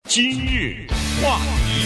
今日话题，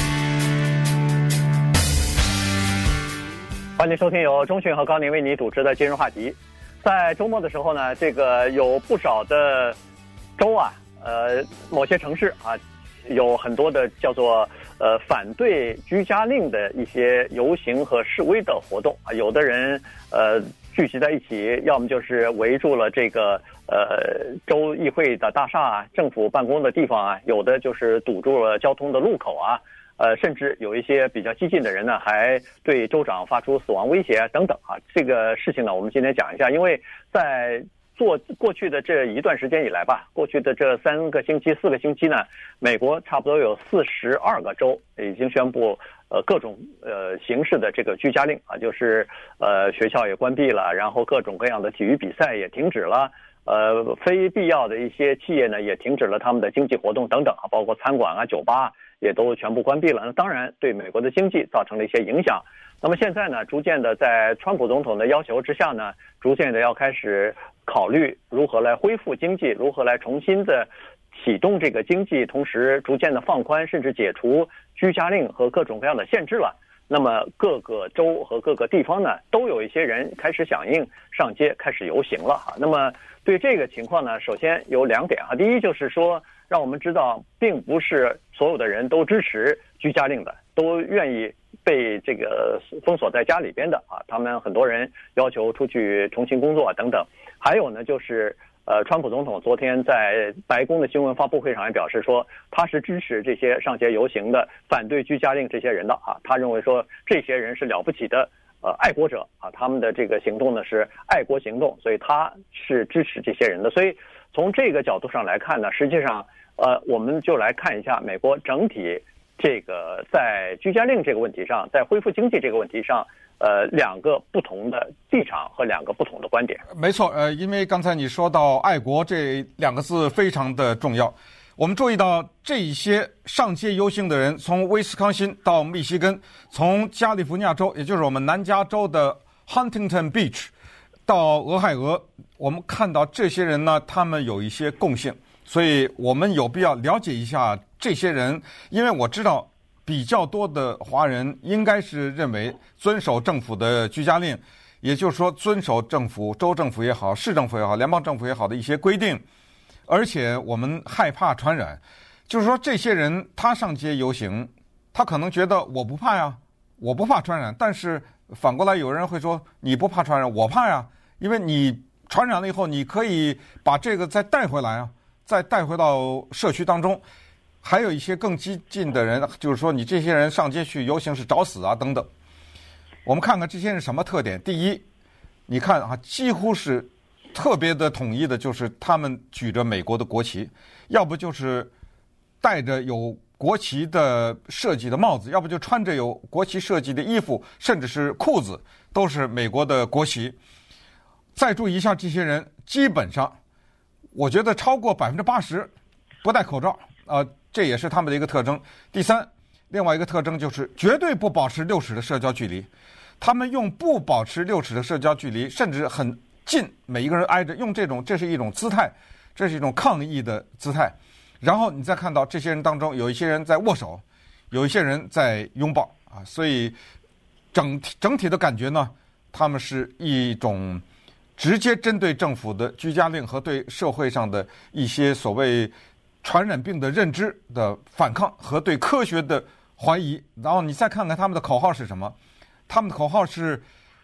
欢迎收听由钟迅和高宁为你主持的今日话题。在周末的时候呢，这个有不少的州啊，某些城市啊，有很多的叫做反对居家令的一些游行和示威的活动啊，有的人聚集在一起，要么就是围住了这个州议会的大厦啊、政府办公的地方啊，有的就是堵住了交通的路口啊，甚至有一些比较激进的人呢，还对州长发出死亡威胁等等啊。这个事情呢，我们今天讲一下，因为在过去的这一段时间以来吧，过去的这4个星期呢，美国差不多有42个州已经宣布各种形式的这个居家令啊，就是学校也关闭了，然后各种各样的体育比赛也停止了，非必要的一些企业呢也停止了他们的经济活动等等啊，包括餐馆啊、酒吧也都全部关闭了。那当然对美国的经济造成了一些影响。那么现在呢，逐渐的在川普总统的要求之下呢，逐渐的要开始考虑如何来恢复经济，如何来重新的启动这个经济，同时逐渐的放宽，甚至解除居家令和各种各样的限制了。那么各个州和各个地方呢，都有一些人开始响应，上街开始游行了哈。那么对这个情况呢，首先有2点啊。第一就是说，让我们知道，并不是所有的人都支持居家令的，都愿意被这个封锁在家里边的啊。他们很多人要求出去重新工作等等。还有呢，就是川普总统昨天在白宫的新闻发布会上也表示说，他是支持这些上街游行的、反对居家令这些人的啊。他认为说，这些人是了不起的爱国者啊，他们的这个行动呢是爱国行动，所以他是支持这些人的。所以从这个角度上来看呢，实际上我们就来看一下美国整体这个在居家令这个问题上，在恢复经济这个问题上，2个不同的立场和2个不同的观点。 没错，因为刚才你说到爱国这2个字非常的重要。我们注意到这一些上街游行的人，从威斯康辛到密西根，从加利福尼亚州，也就是我们南加州的 Huntington Beach 到俄亥俄，我们看到这些人呢，他们有一些共性，所以我们有必要了解一下这些人，因为我知道比较多的华人应该是认为遵守政府的居家令，也就是说遵守政府、州政府也好、市政府也好、联邦政府也好的一些规定，而且我们害怕传染，就是说这些人他上街游行，他可能觉得我不怕呀，我不怕传染，但是反过来有人会说你不怕传染，我怕呀，因为你传染了以后，你可以把这个再带回来啊，再带回到社区当中。还有一些更激进的人，就是说你这些人上街去游行是找死啊等等。我们看看这些人什么特点。第一，你看啊，几乎是特别的统一的，就是他们举着美国的国旗，要不就是戴着有国旗的设计的帽子，要不就穿着有国旗设计的衣服，甚至是裤子都是美国的国旗。再注意一下这些人，基本上我觉得超过80%不戴口罩这也是他们的一个特征。第三，另外一个特征就是绝对不保持6尺的社交距离。他们用不保持6尺的社交距离，甚至很近，每一个人挨着，用这是一种姿态，这是一种抗议的姿态。然后你再看到这些人当中，有一些人在握手，有一些人在拥抱啊，所以整体的感觉呢，他们是一种直接针对政府的居家令和对社会上的一些所谓传染病的认知的反抗和对科学的怀疑。然后你再看看他们的口号是什么，他们的口号是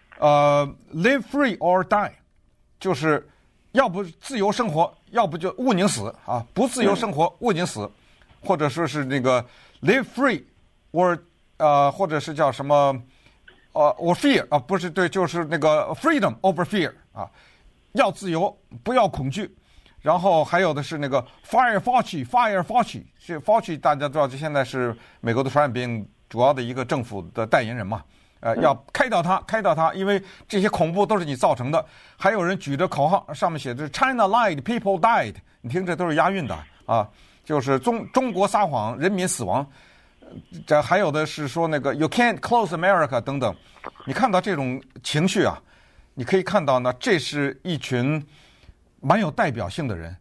live free or die， 就是要不自由生活，要不就勿宁死啊，不自由生活勿宁死，或者说是那个 live free or 或者是叫什么or fear 啊，不是，对，就是那个 freedom over fear 啊，要自由不要恐惧。然后还有的是那个 Fire Fauci， 是 Fauci， 大家知道这现在是美国的传染病主要的一个政府的代言人嘛，要开掉他，因为这些恐怖都是你造成的。还有人举着口号，上面写的是 China lied, people died， 你听这都是押韵的啊，就是中国撒谎，人民死亡。这还有的是说那个 You can't close America 等等。你看到这种情绪啊，你可以看到呢，这是一群蛮有代表性的人，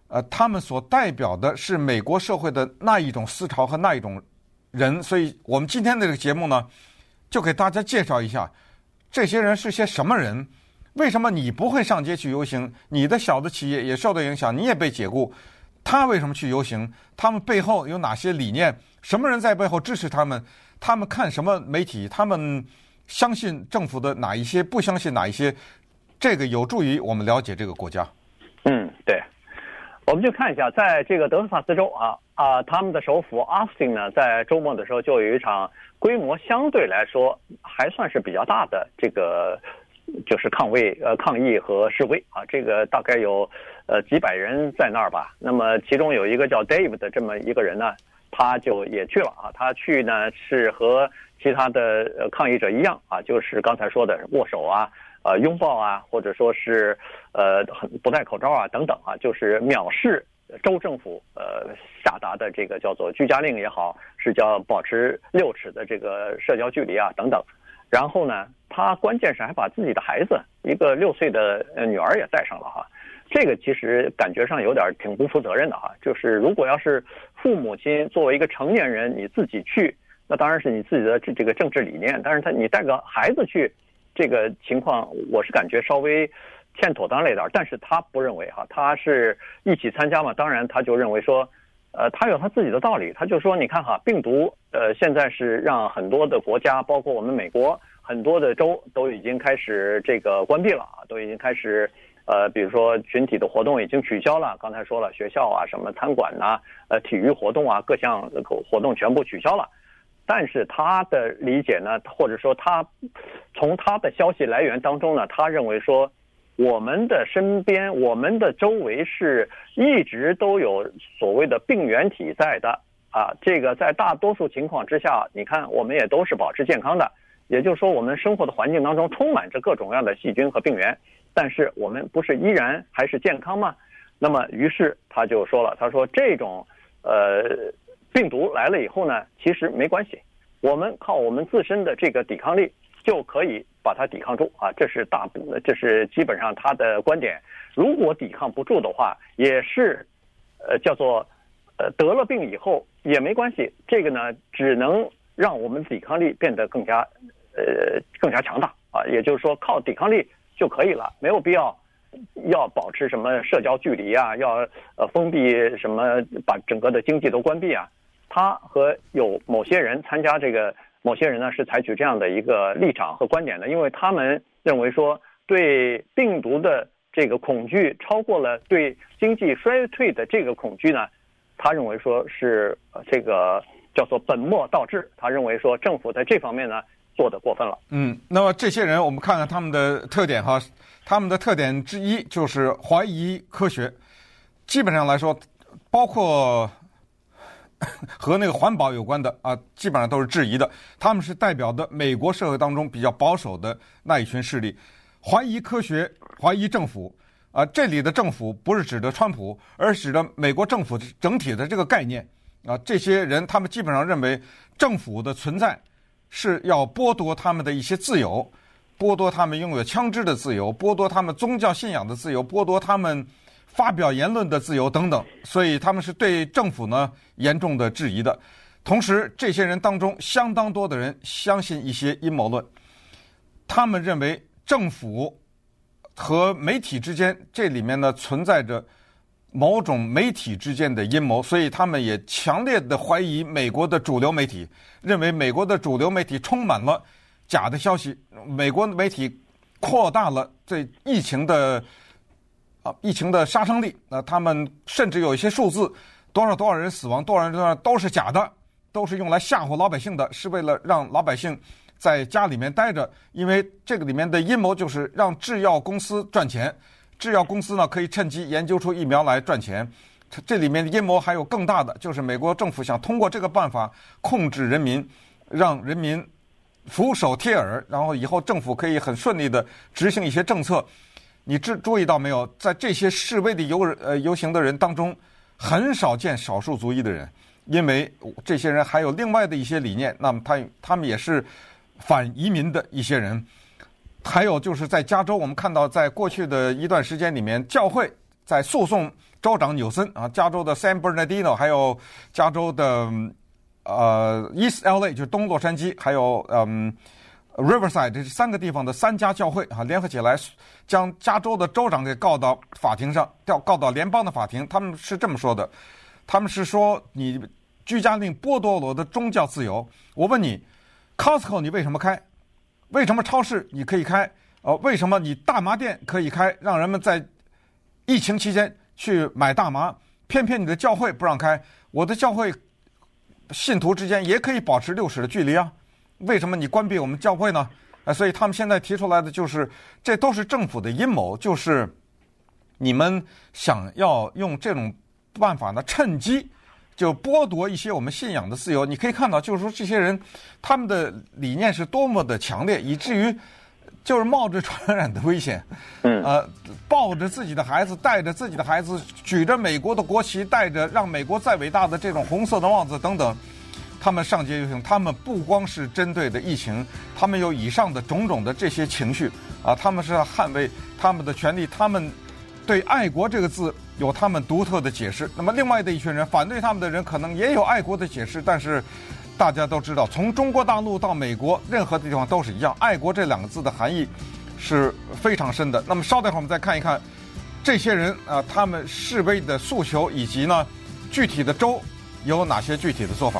他们所代表的是美国社会的那一种思潮和那一种人，所以我们今天的这个节目呢，就给大家介绍一下这些人是些什么人，为什么你不会上街去游行，你的小的企业也受到影响，你也被解雇，他为什么去游行，他们背后有哪些理念，什么人在背后支持他们，他们看什么媒体，他们相信政府的哪一些，不相信哪一些，这个有助于我们了解这个国家。 对，我们就看一下，在这个德克萨斯州他们的首府奥斯汀呢，在周末的时候就有一场规模相对来说还算是比较大的这个就是抗议和示威这个大概有几百人在那儿吧。那么其中有一个叫 Dave 的这么一个人呢，他就也去了他去呢是和其他的抗议者一样就是刚才说的握手拥抱或者说是不戴口罩等等就是藐视州政府下达的这个叫做居家令也好，是叫保持6尺的这个社交距离等等。然后呢，他关键是还把自己的孩子一个6岁的女儿也带上了这个其实感觉上有点挺不负责任的就是如果要是父母亲作为一个成年人你自己去，那当然是你自己的这个政治理念，但是你带个孩子去，这个情况我是感觉稍微欠妥当了一点。但是他不认为他是一起参加嘛，当然他就认为说他有他自己的道理，他就说你看病毒现在是让很多的国家，包括我们美国很多的州都已经开始这个关闭了都已经开始比如说群体的活动已经取消了，刚才说了学校什么餐馆体育活动各项活动全部取消了。但是他的理解呢，或者说他从他的消息来源当中呢，他认为说我们的身边我们的周围是一直都有所谓的病原体在的这个在大多数情况之下，你看我们也都是保持健康的，也就是说我们生活的环境当中充满着各种各样的细菌和病原，但是我们不是依然还是健康吗？那么于是他就说了，他说这种病毒来了以后呢，其实没关系，我们靠我们自身的这个抵抗力就可以把它抵抗住这是基本上他的观点。如果抵抗不住的话，也是叫做得了病以后也没关系，这个呢只能让我们抵抗力变得更加强大也就是说靠抵抗力就可以了，没有必要保持什么社交距离要封闭什么，把整个的经济都关闭他和有某些人参加这个，某些人呢是采取这样的一个立场和观点的，因为他们认为说对病毒的这个恐惧超过了对经济衰退的这个恐惧呢，他认为说是这个叫做本末倒置，他认为说政府在这方面呢做得过分了。 那么这些人我们看看他们的特点他们的特点之一就是怀疑科学，基本上来说包括和那个环保有关的基本上都是质疑的。他们是代表的美国社会当中比较保守的那一群势力，怀疑科学，怀疑政府这里的政府不是指的川普，而是指的美国政府整体的这个概念这些人他们基本上认为政府的存在是要剥夺他们的一些自由，剥夺他们拥有枪支的自由，剥夺他们宗教信仰的自由，剥夺他们发表言论的自由等等，所以他们是对政府呢严重的质疑的。同时这些人当中相当多的人相信一些阴谋论，他们认为政府和媒体之间这里面呢存在着某种媒体之间的阴谋，所以他们也强烈的怀疑美国的主流媒体，认为美国的主流媒体充满了假的消息，美国媒体扩大了这疫情的杀伤力他们甚至有一些数字，多少人死亡，多少人都是假的，都是用来吓唬老百姓的，是为了让老百姓在家里面待着，因为这个里面的阴谋就是让制药公司赚钱，制药公司呢可以趁机研究出疫苗来赚钱。这里面的阴谋还有更大的，就是美国政府想通过这个办法控制人民，让人民俯首帖耳，然后以后政府可以很顺利的执行一些政策。你注意到没有，在这些示威的游行的人当中，很少见少数族裔的人，因为这些人还有另外的一些理念，那么他们也是反移民的一些人。还有就是在加州，我们看到在过去的一段时间里面，教会在诉讼州长纽森啊，加州的 San Bernardino， 还有加州的East LA 就是东洛杉矶，还有Riverside 这3个地方的3家教会啊，联合起来将加州的州长给告到法庭上，告到联邦的法庭。他们是这么说的，他们是说你居家令剥夺了我的宗教自由。我问你 ，Costco 你为什么开？为什么超市你可以开？为什么你大麻店可以开，让人们在疫情期间去买大麻？偏偏你的教会不让开。我的教会信徒之间也可以保持6尺的距离啊。为什么你关闭我们教会呢？所以他们现在提出来的就是，这都是政府的阴谋，就是你们想要用这种办法呢，趁机就剥夺一些我们信仰的自由。你可以看到，就是说这些人他们的理念是多么的强烈，以至于就是冒着传染的危险，抱着自己的孩子，带着自己的孩子，举着美国的国旗，戴着让美国再伟大的这种红色的帽子等等。他们上街游行，他们不光是针对的疫情，他们有以上的种种的这些情绪啊，他们是要捍卫他们的权利，他们对爱国这个字有他们独特的解释。那么另外的一群人，反对他们的人可能也有爱国的解释，但是大家都知道，从中国大陆到美国，任何地方都是一样，爱国这2个字的含义是非常深的。那么稍待会儿我们再看一看这些人啊，他们示威的诉求，以及呢具体的州有哪些具体的做法。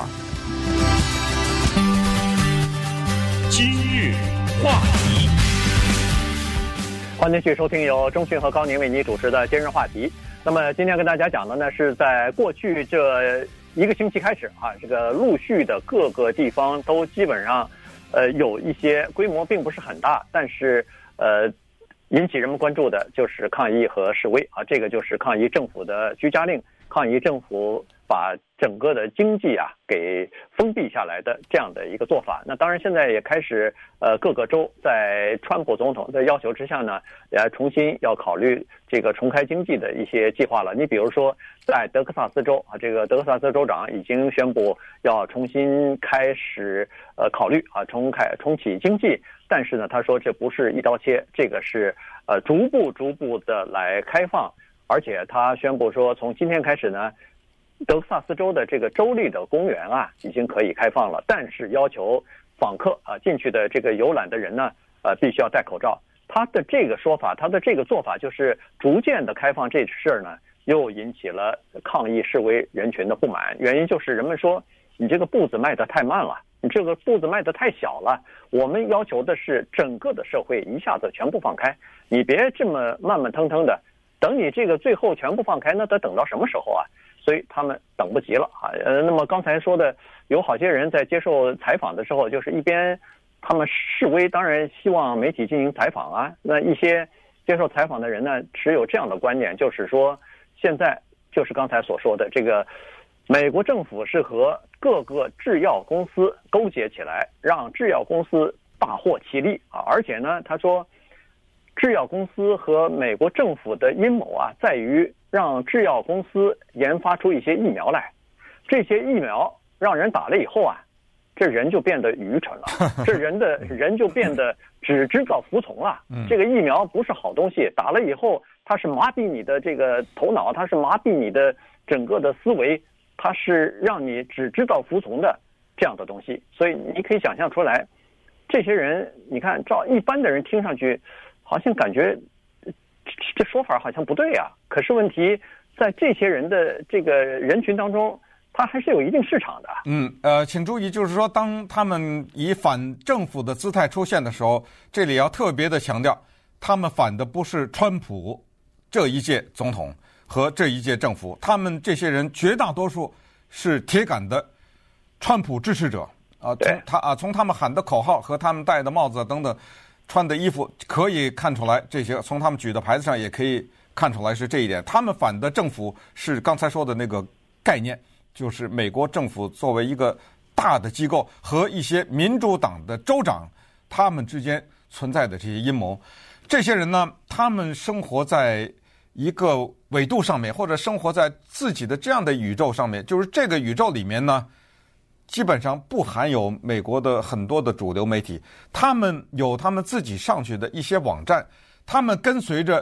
今日话题， 欢迎继续收听由钟迅和高宁为你主持的今日话题。那么今天跟大家讲的呢，是在过去这1个星期开始啊，这个陆续的各个地方都基本上有一些规模并不是很大，但是引起人们关注的就是抗议和示威啊，这个就是抗议政府的居家令，抗议政府把整个的经济啊给封闭下来的这样的一个做法。那当然现在也开始各个州在川普总统的要求之下呢，也重新要考虑这个重开经济的一些计划了。你比如说在德克萨斯州啊，这个德克萨斯州长已经宣布要重新开始考虑啊重启经济，但是呢他说这不是一刀切，这个是逐步的来开放，而且他宣布说从今天开始呢，德克萨斯州的这个州立的公园啊已经可以开放了，但是要求访客啊进去的这个游览的人呢必须要戴口罩。他的这个说法，他的这个做法就是逐渐的开放这事儿呢，又引起了抗议示威人群的不满。原因就是人们说你这个步子迈得太慢了，你这个步子迈得太小了，我们要求的是整个的社会一下子全部放开，你别这么慢慢腾腾的，等你这个最后全部放开，那得等到什么时候啊？所以他们等不及了啊。那么刚才说的有好些人在接受采访的时候，就是一边他们示威，当然希望媒体进行采访啊。那一些接受采访的人呢，持有这样的观点，就是说现在就是刚才所说的这个美国政府是和各个制药公司勾结起来，让制药公司大获其利啊。而且呢，他说制药公司和美国政府的阴谋啊，在于让制药公司研发出一些疫苗来，这些疫苗让人打了以后啊，这人就变得愚蠢了，这人就变得只知道服从了。这个疫苗不是好东西，打了以后它是麻痹你的这个头脑，它是麻痹你的整个的思维，它是让你只知道服从的这样的东西。所以你可以想象出来，这些人你看照一般的人听上去好像感觉这说法好像不对啊，可是问题在这些人的这个人群当中，他还是有一定市场的。 请注意，就是说当他们以反政府的姿态出现的时候，这里要特别的强调，他们反的不是川普这一届总统和这一届政府，他们这些人绝大多数是铁杆的川普支持者从他们喊的口号和他们戴的帽子等等穿的衣服可以看出来，这些从他们举的牌子上也可以看出来是这一点。他们反的政府是刚才说的那个概念，就是美国政府作为一个大的机构和一些民主党的州长他们之间存在的这些阴谋。这些人呢，他们生活在一个纬度上面，或者生活在自己的这样的宇宙上面，就是这个宇宙里面呢基本上不含有美国的很多的主流媒体，他们有他们自己上去的一些网站，他们跟随着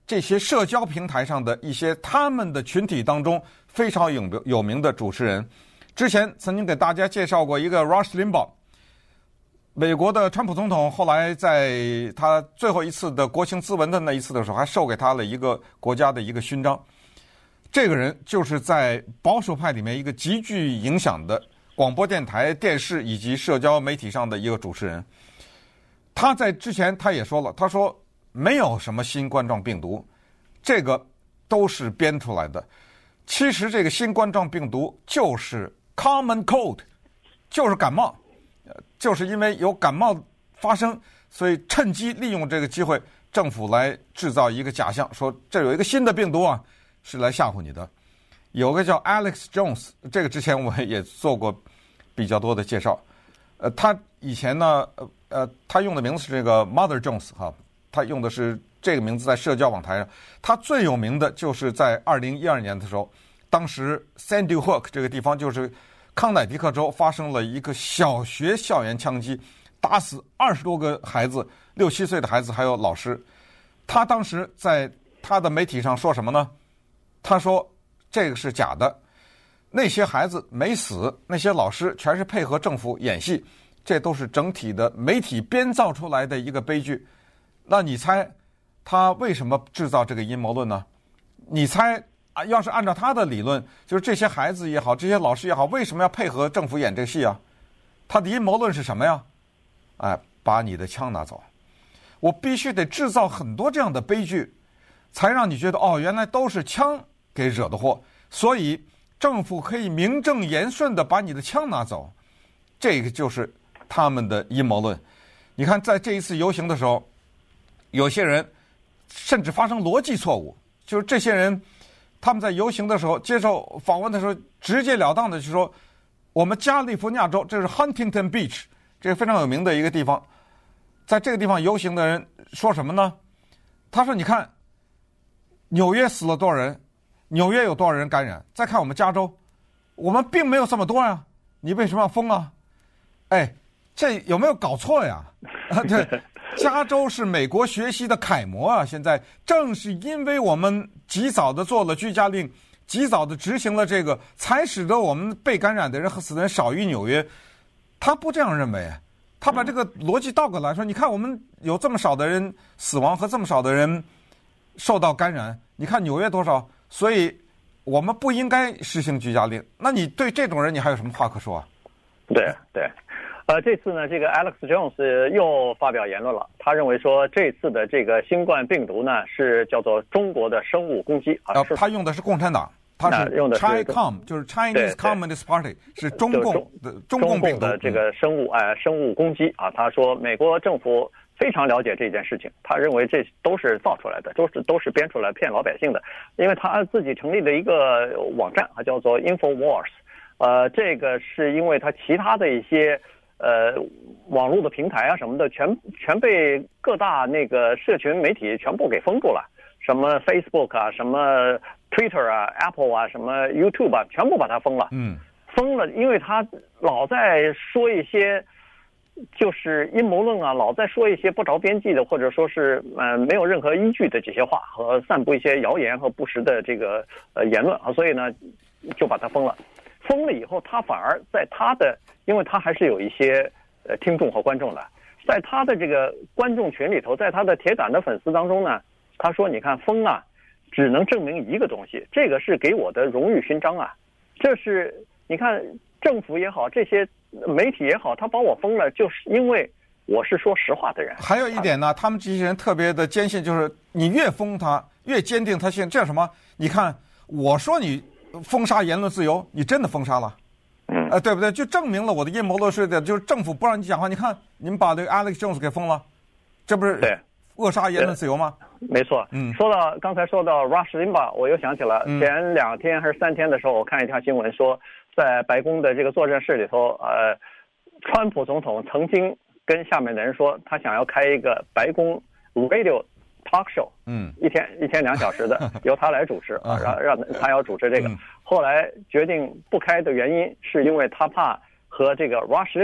这些社交平台上的一些他们的群体当中非常有名的主持人。之前曾经给大家介绍过一个 Rush Limbaugh， 美国的川普总统后来在他最后一次的国情咨文的那一次的时候，还授给他了一个国家的一个勋章。这个人就是在保守派里面一个极具影响的广播电台、电视以及社交媒体上的一个主持人。他在之前他也说了，他说没有什么新冠状病毒，这个都是编出来的。其实这个新冠状病毒就是 common cold， 就是感冒，就是因为有感冒发生，所以趁机利用这个机会，政府来制造一个假象，说这有一个新的病毒啊，是来吓唬你的。有个叫 Alex Jones， 这个之前我也做过比较多的介绍。他以前呢，他用的名字是这个 Mother Jones 哈，他用的是这个名字在社交网台上。他最有名的就是在2012年的时候，当时 Sandy Hook 这个地方就是康乃狄克州发生了一个小学校园枪击，打死20多个孩子，6、7岁的孩子还有老师。他当时在他的媒体上说什么呢？他说这个是假的，那些孩子没死，那些老师全是配合政府演戏，这都是整体的媒体编造出来的一个悲剧。那你猜他为什么制造这个阴谋论呢？你猜啊，要是按照他的理论，就是这些孩子也好，这些老师也好，为什么要配合政府演这个戏啊？他的阴谋论是什么呀？哎，把你的枪拿走，我必须得制造很多这样的悲剧，才让你觉得哦，原来都是枪给惹的祸，所以政府可以名正言顺的把你的枪拿走。这个就是他们的阴谋论。你看，在这一次游行的时候，有些人甚至发生逻辑错误，就是这些人他们在游行的时候接受访问的时候，直截了当的就说，我们加利福尼亚州这是 Huntington Beach， 这是非常有名的一个地方，在这个地方游行的人说什么呢？他说你看纽约死了多少人，纽约有多少人感染，再看我们加州，我们并没有这么多呀，你为什么要封啊？哎，这有没有搞错呀？对，加州是美国学习的楷模啊！现在正是因为我们及早的做了居家令，及早的执行了这个，才使得我们被感染的人和死的人少于纽约。他不这样认为，他把这个逻辑倒过来说，你看我们有这么少的人死亡和这么少的人受到感染，你看纽约多少，所以我们不应该实行居家令。那你对这种人你还有什么话可说啊？ 对对。这次呢，这个 Alex Jones 又发表言论了。他认为说，这次的这个新冠病毒呢，是叫做中国的生物攻击啊。 他用的是共产党，他是用的是 CHICOM， 就是 Chinese Communist Party， 是中共病毒的这个生物攻击啊。他说，美国政府非常了解这件事情，他认为这都是造出来的，都是编出来骗老百姓的。因为他自己成立了一个网站啊，叫做 InfoWars。这个是因为他其他的一些网络的平台啊什么的，全被各大那个社群媒体全部给封住了，什么 Facebook 啊，什么 Twitter 啊 ，Apple 啊，什么 YouTube 啊，全部把它封了。封了，因为他老在说一些就是阴谋论啊，老在说一些不着边际的，或者说是没有任何依据的这些话，和散布一些谣言和不实的这个言论啊，所以呢就把它封了。封了以后，他反而在他的，因为他还是有一些听众和观众的，在他的这个观众群里头，在他的铁杆的粉丝当中呢，他说：“你看封啊，只能证明一个东西，这个是给我的荣誉勋章啊，这是你看政府也好，这些媒体也好，他把我封了，就是因为我是说实话的人。” 还有一点呢，他们这些人特别的坚信，就是你越封他，越坚定他信，这什么？你看我说你封杀言论自由，你真的封杀了，对不对？就证明了我的阴谋论是的，就是政府不让你讲话。你看，你们把这个 Alex Jones 给封了，这不是扼杀言论自由吗？ 没错。刚才说到 Rush Limbaugh， 我又想起了前2天还是3天的时候，我看一条新闻说，在白宫的这个作战室里头，川普总统曾经跟下面的人说，他想要开一个白宫 radio talk show， 一天2小时的，由他来主持啊，让他要主持这个。后来决定不开的原因，是因为他怕和这个 Rush Limbaugh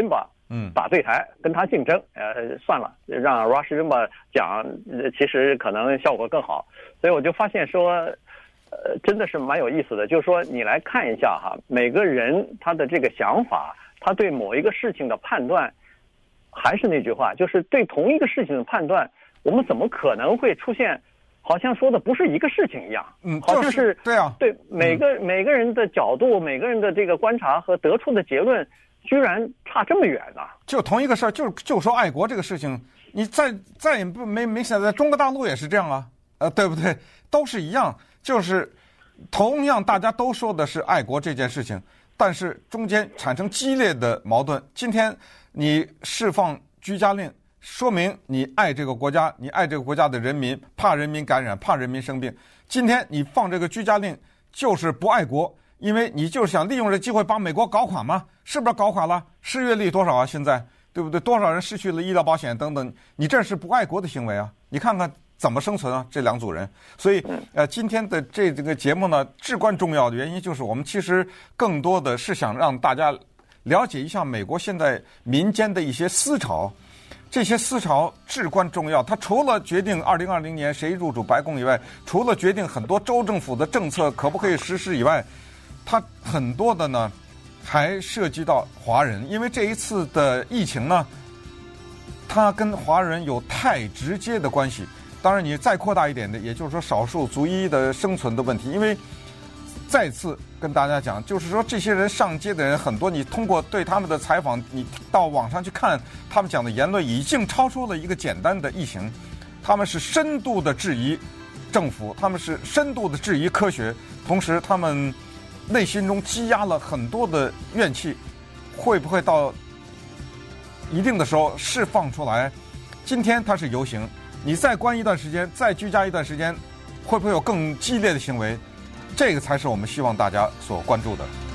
打对台跟他竞争，算了，让 Rush Limbaugh 讲，其实可能效果更好。所以我就发现说，真的是蛮有意思的，就是说你来看一下哈，每个人他的这个想法，他对某一个事情的判断，还是那句话，就是对同一个事情的判断，我们怎么可能会出现好像说的不是一个事情一样？好像是对啊， 对每个人的角度，每个人的这个观察和得出的结论，居然差这么远呢？ 就同一个事儿，就说爱国这个事情，你再也没明显，在中国大陆也是这样啊，对不对？都是一样，就是同样大家都说的是爱国这件事情，但是中间产生激烈的矛盾。今天你释放居家令，说明你爱这个国家，你爱这个国家的人民，怕人民感染，怕人民生病。今天你放这个居家令，就是不爱国。因为你就是想利用这机会把美国搞垮吗？是不是搞垮了？失业率多少啊？现在对不对？多少人失去了医疗保险等等？你这是不爱国的行为啊！你看看怎么生存啊？这两组人。所以今天的这个节目呢，至关重要的原因就是我们其实更多的是想让大家了解一下美国现在民间的一些思潮。这些思潮至关重要，它除了决定2020年谁入主白宫以外，除了决定很多州政府的政策可不可以实施以外，它很多的呢，还涉及到华人，因为这一次的疫情呢，它跟华人有太直接的关系。当然，你再扩大一点的，也就是说少数族裔的生存的问题。因为再次跟大家讲，就是说这些人上街的人很多，你通过对他们的采访，你到网上去看他们讲的言论，已经超出了一个简单的疫情，他们是深度的质疑政府，他们是深度的质疑科学，同时他们内心中积压了很多的怨气，会不会到一定的时候释放出来？今天它是游行，你再关一段时间，再居家一段时间，会不会有更激烈的行为？这个才是我们希望大家所关注的。